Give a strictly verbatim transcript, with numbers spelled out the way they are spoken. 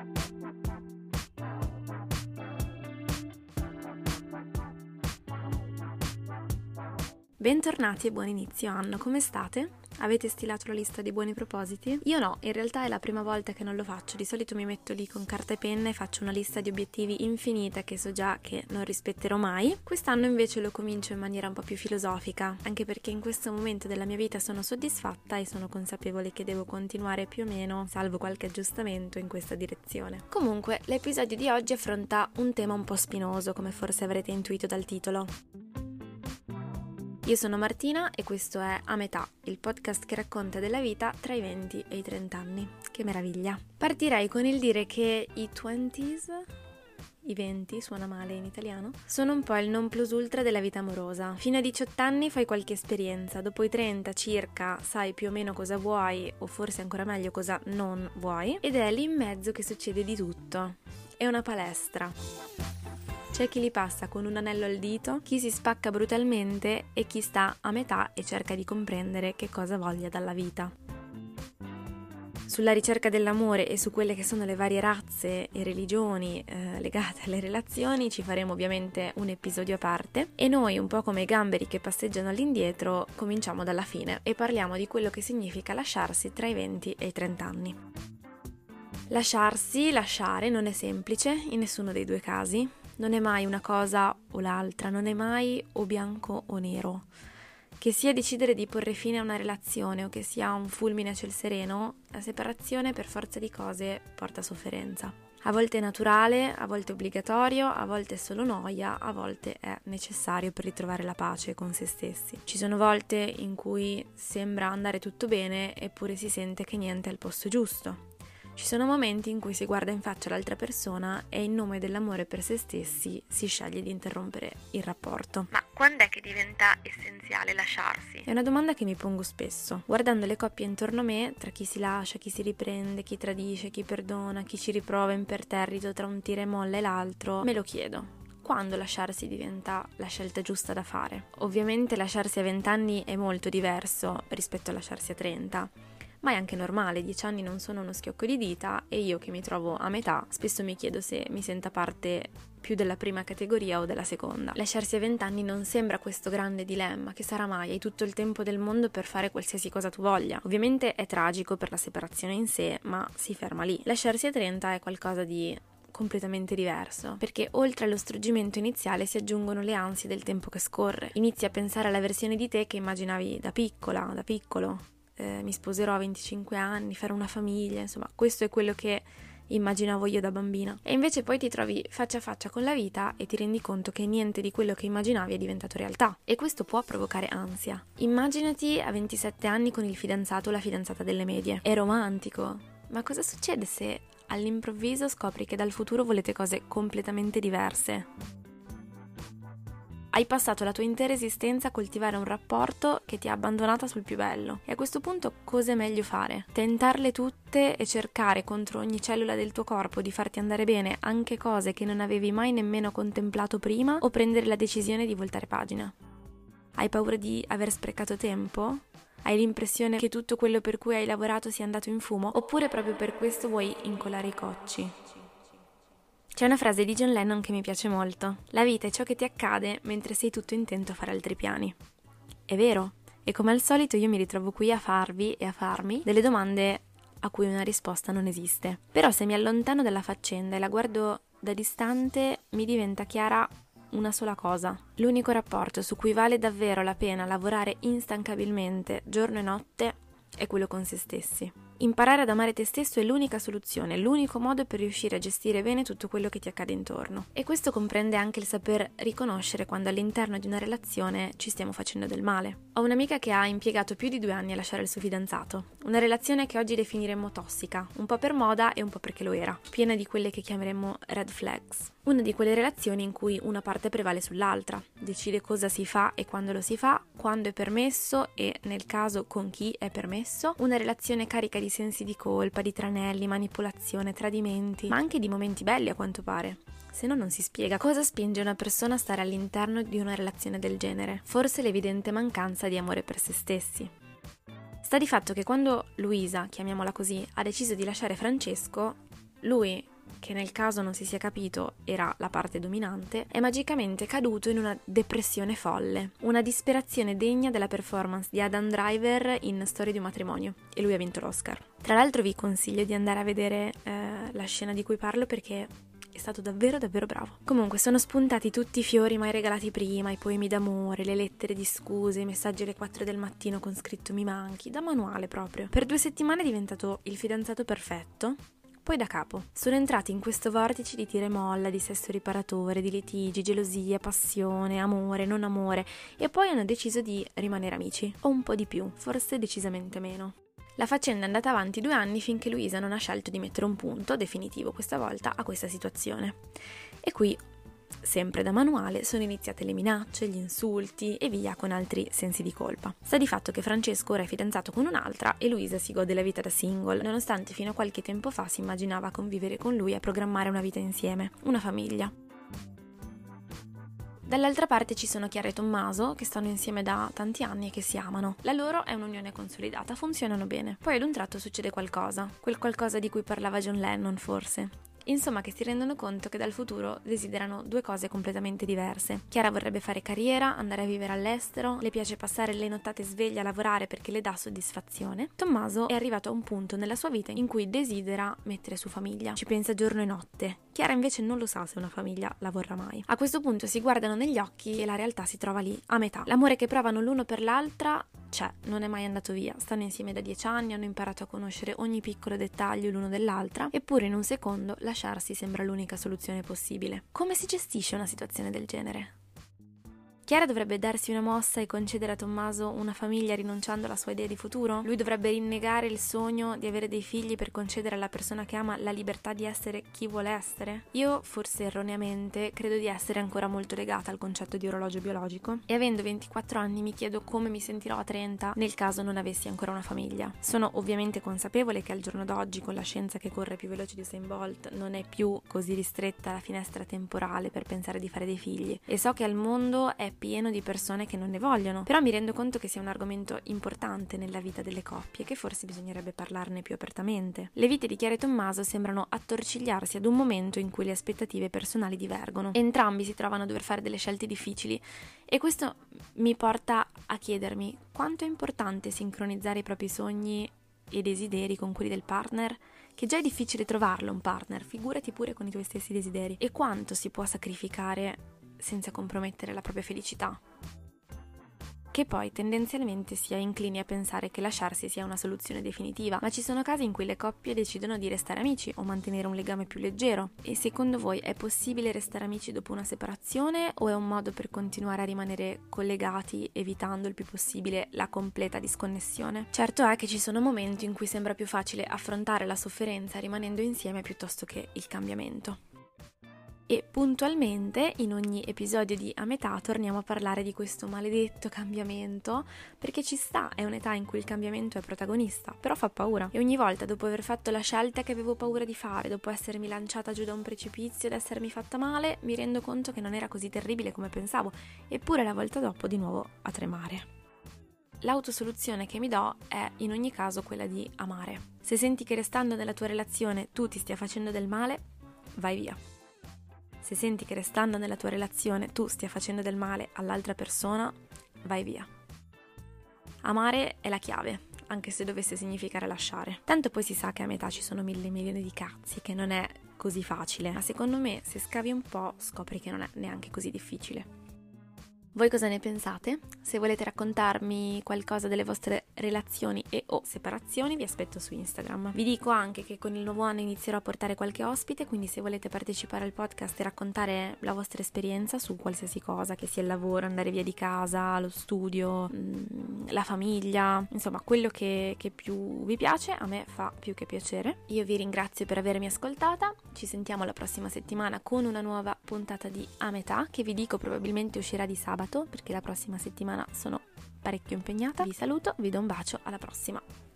Bentornati e buon inizio anno, come state? Avete stilato la lista dei buoni propositi? Io no, in realtà è la prima volta che non lo faccio, di solito mi metto lì con carta e penna e faccio una lista di obiettivi infinita che so già che non rispetterò mai. Quest'anno invece lo comincio in maniera un po' più filosofica, anche perché in questo momento della mia vita sono soddisfatta e sono consapevole che devo continuare più o meno, salvo qualche aggiustamento, in questa direzione. Comunque, l'episodio di oggi affronta un tema un po' spinoso, come forse avrete intuito dal titolo. Io sono Martina e questo è A Metà, il podcast che racconta della vita tra i venti e i trenta anni. Che meraviglia! Partirei con il dire che i twenties, i venti, suona male in italiano, sono un po' il non plus ultra della vita amorosa. Fino ai diciotto anni fai qualche esperienza, dopo i trenta circa sai più o meno cosa vuoi, o forse ancora meglio cosa non vuoi, ed è lì in mezzo che succede di tutto. È una palestra. C'è chi li passa con un anello al dito, chi si spacca brutalmente e chi sta a metà e cerca di comprendere che cosa voglia dalla vita. Sulla ricerca dell'amore e su quelle che sono le varie razze e religioni eh, legate alle relazioni ci faremo ovviamente un episodio a parte e noi, un po' come i gamberi che passeggiano all'indietro, cominciamo dalla fine e parliamo di quello che significa lasciarsi tra i venti e i trenta anni. Lasciarsi, lasciare non è semplice in nessuno dei due casi. Non è mai una cosa o l'altra, non è mai o bianco o nero. Che sia decidere di porre fine a una relazione o che sia un fulmine a ciel sereno, la separazione per forza di cose porta sofferenza. A volte è naturale, a volte è obbligatorio, a volte è solo noia, a volte è necessario per ritrovare la pace con se stessi. Ci sono volte in cui sembra andare tutto bene eppure si sente che niente è al posto giusto. Ci sono momenti in cui si guarda in faccia l'altra persona e in nome dell'amore per se stessi si sceglie di interrompere il rapporto. Ma quando è che diventa essenziale lasciarsi? È una domanda che mi pongo spesso. Guardando le coppie intorno a me, tra chi si lascia, chi si riprende, chi tradisce, chi perdona, chi ci riprova imperterrito tra un tira e molla e l'altro, me lo chiedo. Quando lasciarsi diventa la scelta giusta da fare? Ovviamente lasciarsi a venti anni è molto diverso rispetto a lasciarsi a trenta. Ma è anche normale, dieci anni non sono uno schiocco di dita e io che mi trovo a metà spesso mi chiedo se mi senta parte più della prima categoria o della seconda. Lasciarsi a venti anni non sembra questo grande dilemma, che sarà mai, hai tutto il tempo del mondo per fare qualsiasi cosa tu voglia. Ovviamente è tragico per la separazione in sé, ma si ferma lì. Lasciarsi a trenta è qualcosa di completamente diverso, perché oltre allo struggimento iniziale si aggiungono le ansie del tempo che scorre. Inizi a pensare alla versione di te che immaginavi da piccola, da piccolo. Eh, mi sposerò a venticinque anni, fare una famiglia, insomma, questo è quello che immaginavo io da bambina. E invece poi ti trovi faccia a faccia con la vita e ti rendi conto che niente di quello che immaginavi è diventato realtà. E questo può provocare ansia. Immaginati a ventisette anni con il fidanzato o la fidanzata delle medie. È romantico. Ma cosa succede se all'improvviso scopri che dal futuro volete cose completamente diverse? Hai passato la tua intera esistenza a coltivare un rapporto che ti ha abbandonata sul più bello. E a questo punto cosa è meglio fare? Tentarle tutte e cercare contro ogni cellula del tuo corpo di farti andare bene anche cose che non avevi mai nemmeno contemplato prima, o prendere la decisione di voltare pagina? Hai paura di aver sprecato tempo? Hai l'impressione che tutto quello per cui hai lavorato sia andato in fumo? Oppure proprio per questo vuoi incolare i cocci? C'è una frase di John Lennon che mi piace molto. La vita è ciò che ti accade mentre sei tutto intento a fare altri piani. È vero, e come al solito io mi ritrovo qui a farvi e a farmi delle domande a cui una risposta non esiste. Però se mi allontano dalla faccenda e la guardo da distante, mi diventa chiara una sola cosa. L'unico rapporto su cui vale davvero la pena lavorare instancabilmente, giorno e notte, è quello con se stessi. Imparare ad amare te stesso è l'unica soluzione, l'unico modo per riuscire a gestire bene tutto quello che ti accade intorno. E questo comprende anche il saper riconoscere quando all'interno di una relazione ci stiamo facendo del male. Ho un'amica che ha impiegato più di due anni a lasciare il suo fidanzato. Una relazione che oggi definiremmo tossica, un po' per moda e un po' perché lo era, piena di quelle che chiameremmo red flags. Una di quelle relazioni in cui una parte prevale sull'altra, decide cosa si fa e quando lo si fa, quando è permesso e nel caso con chi è permesso. Una relazione carica di sensi di colpa, di tranelli, manipolazione, tradimenti, ma anche di momenti belli a quanto pare. Se no non si spiega cosa spinge una persona a stare all'interno di una relazione del genere. Forse l'evidente mancanza di amore per se stessi. Sta di fatto che quando Luisa, chiamiamola così, ha deciso di lasciare Francesco, lui che nel caso non si sia capito era la parte dominante, è magicamente caduto in una depressione folle, una disperazione degna della performance di Adam Driver in Storia di un matrimonio, e lui ha vinto l'Oscar. Tra l'altro vi consiglio di andare a vedere eh, la scena di cui parlo perché è stato davvero davvero bravo. Comunque sono spuntati tutti i fiori mai regalati prima, i poemi d'amore, le lettere di scuse, i messaggi alle quattro del mattino con scritto mi manchi, da manuale proprio. Per due settimane è diventato il fidanzato perfetto, poi da capo. Sono entrati in questo vortice di tira e molla, di sesso riparatore, di litigi, gelosia, passione, amore, non amore, e poi hanno deciso di rimanere amici, o un po' di più, forse decisamente meno. La faccenda è andata avanti due anni finché Luisa non ha scelto di mettere un punto, definitivo questa volta, a questa situazione. E qui, sempre da manuale, sono iniziate le minacce, gli insulti e via con altri sensi di colpa. Sta di fatto che Francesco ora è fidanzato con un'altra e Luisa si gode la vita da single, nonostante fino a qualche tempo fa si immaginava convivere con lui e programmare una vita insieme, una famiglia. Dall'altra parte ci sono Chiara e Tommaso, che stanno insieme da tanti anni e che si amano. La loro è un'unione consolidata, funzionano bene. Poi ad un tratto succede qualcosa, quel qualcosa di cui parlava John Lennon forse. Insomma, che si rendono conto che dal futuro desiderano due cose completamente diverse. Chiara vorrebbe fare carriera, andare a vivere all'estero, le piace passare le nottate sveglia a lavorare perché le dà soddisfazione. Tommaso è arrivato a un punto nella sua vita in cui desidera mettere su famiglia, ci pensa giorno e notte. Chiara invece non lo sa se una famiglia la vorrà mai. A questo punto si guardano negli occhi e la realtà si trova lì, a metà. L'amore che provano l'uno per l'altra c'è, non è mai andato via. Stanno insieme da dieci anni, hanno imparato a conoscere ogni piccolo dettaglio l'uno dell'altra, eppure in un secondo lasciarsi sembra l'unica soluzione possibile. Come si gestisce una situazione del genere? Chiara dovrebbe darsi una mossa e concedere a Tommaso una famiglia rinunciando alla sua idea di futuro? Lui dovrebbe rinnegare il sogno di avere dei figli per concedere alla persona che ama la libertà di essere chi vuole essere? Io, forse erroneamente, credo di essere ancora molto legata al concetto di orologio biologico e avendo ventiquattro anni mi chiedo come mi sentirò a trenta nel caso non avessi ancora una famiglia. Sono ovviamente consapevole che al giorno d'oggi, con la scienza che corre più veloce di Usain Bolt, non è più così ristretta la finestra temporale per pensare di fare dei figli e so che al mondo è pieno di persone che non ne vogliono, però mi rendo conto che sia un argomento importante nella vita delle coppie, che forse bisognerebbe parlarne più apertamente. Le vite di Chiara e Tommaso sembrano attorcigliarsi ad un momento in cui le aspettative personali divergono. Entrambi si trovano a dover fare delle scelte difficili e questo mi porta a chiedermi quanto è importante sincronizzare i propri sogni e desideri con quelli del partner, che già è difficile trovarlo un partner, figurati pure con i tuoi stessi desideri, e quanto si può sacrificare senza compromettere la propria felicità. Che poi tendenzialmente si è inclini a pensare che lasciarsi sia una soluzione definitiva, ma ci sono casi in cui le coppie decidono di restare amici o mantenere un legame più leggero. E secondo voi è possibile restare amici dopo una separazione o è un modo per continuare a rimanere collegati evitando il più possibile la completa disconnessione? Certo è che ci sono momenti in cui sembra più facile affrontare la sofferenza rimanendo insieme piuttosto che il cambiamento. E puntualmente in ogni episodio di A Metà torniamo a parlare di questo maledetto cambiamento, perché ci sta, è un'età in cui il cambiamento è protagonista, però fa paura. E ogni volta dopo aver fatto la scelta che avevo paura di fare, dopo essermi lanciata giù da un precipizio ed essermi fatta male, mi rendo conto che non era così terribile come pensavo, eppure la volta dopo di nuovo a tremare. L'autosoluzione che mi do è in ogni caso quella di amare. Se senti che restando nella tua relazione tu ti stia facendo del male, vai via. Se senti che restando nella tua relazione tu stia facendo del male all'altra persona, vai via. Amare è la chiave, anche se dovesse significare lasciare. Tanto poi si sa che a metà ci sono mille milioni di cazzi, che non è così facile, ma secondo me se scavi un po' scopri che non è neanche così difficile. Voi cosa ne pensate? Se volete raccontarmi qualcosa delle vostre relazioni e o separazioni vi aspetto su Instagram. Vi dico anche che con il nuovo anno inizierò a portare qualche ospite, quindi se volete partecipare al podcast e raccontare la vostra esperienza su qualsiasi cosa, che sia il lavoro, andare via di casa, lo studio, la famiglia, insomma quello che, che più vi piace, a me fa più che piacere. Io vi ringrazio per avermi ascoltata, ci sentiamo la prossima settimana con una nuova puntata di A Metà, che vi dico probabilmente uscirà di sabato, perché la prossima settimana sono parecchio impegnata. Vi saluto, vi do un bacio, alla prossima.